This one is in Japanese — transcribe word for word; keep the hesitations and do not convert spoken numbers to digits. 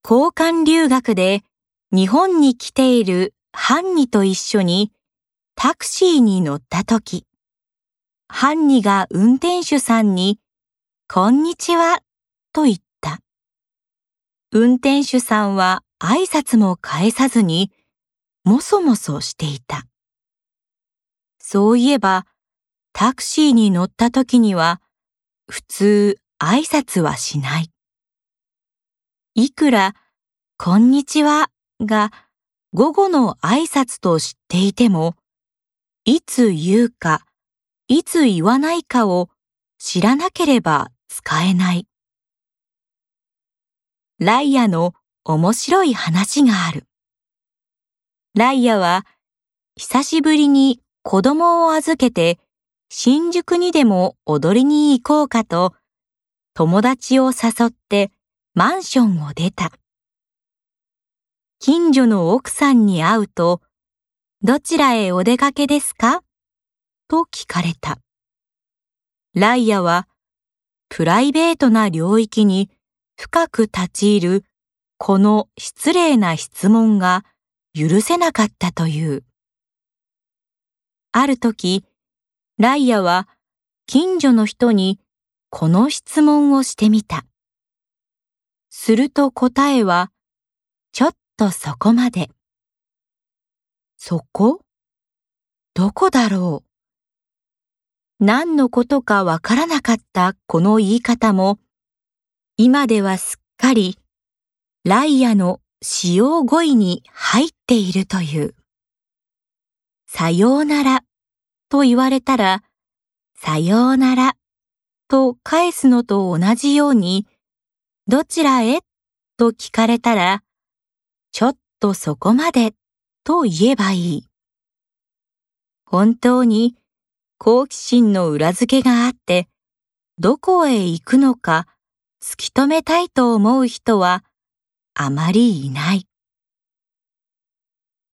交換留学で日本に来ているハンニと一緒にタクシーに乗ったとき、ハンニが運転手さんに、こんにちは、と言った。運転手さんは挨拶も返さずに、もそもそしていた。そういえば、タクシーに乗ったときには、普通挨拶はしない。いくら、こんにちはが午後の挨拶と知っていても、いつ言うか、いつ言わないかを知らなければ使えない。ライアの面白い話がある。ライアは久しぶりに子供を預けて新宿にでも踊りに行こうかと友達を誘ってマンションを出た。近所の奥さんに会うと、どちらへお出かけですかと聞かれた。ライアはプライベートな領域に深く立ち入るこの失礼な質問が許せなかったという。ある時、ライアは近所の人にこの質問をしてみた。すると答えは、ちょっとそこまで。そこ？どこだろう？何のことかわからなかったこの言い方も、今ではすっかりライアの使用語彙に入っているという。さようならと言われたら、さようならと返すのと同じように、どちらへと聞かれたら、ちょっとそこまでと言えばいい。本当に好奇心の裏付けがあって、どこへ行くのか突き止めたいと思う人はあまりいない。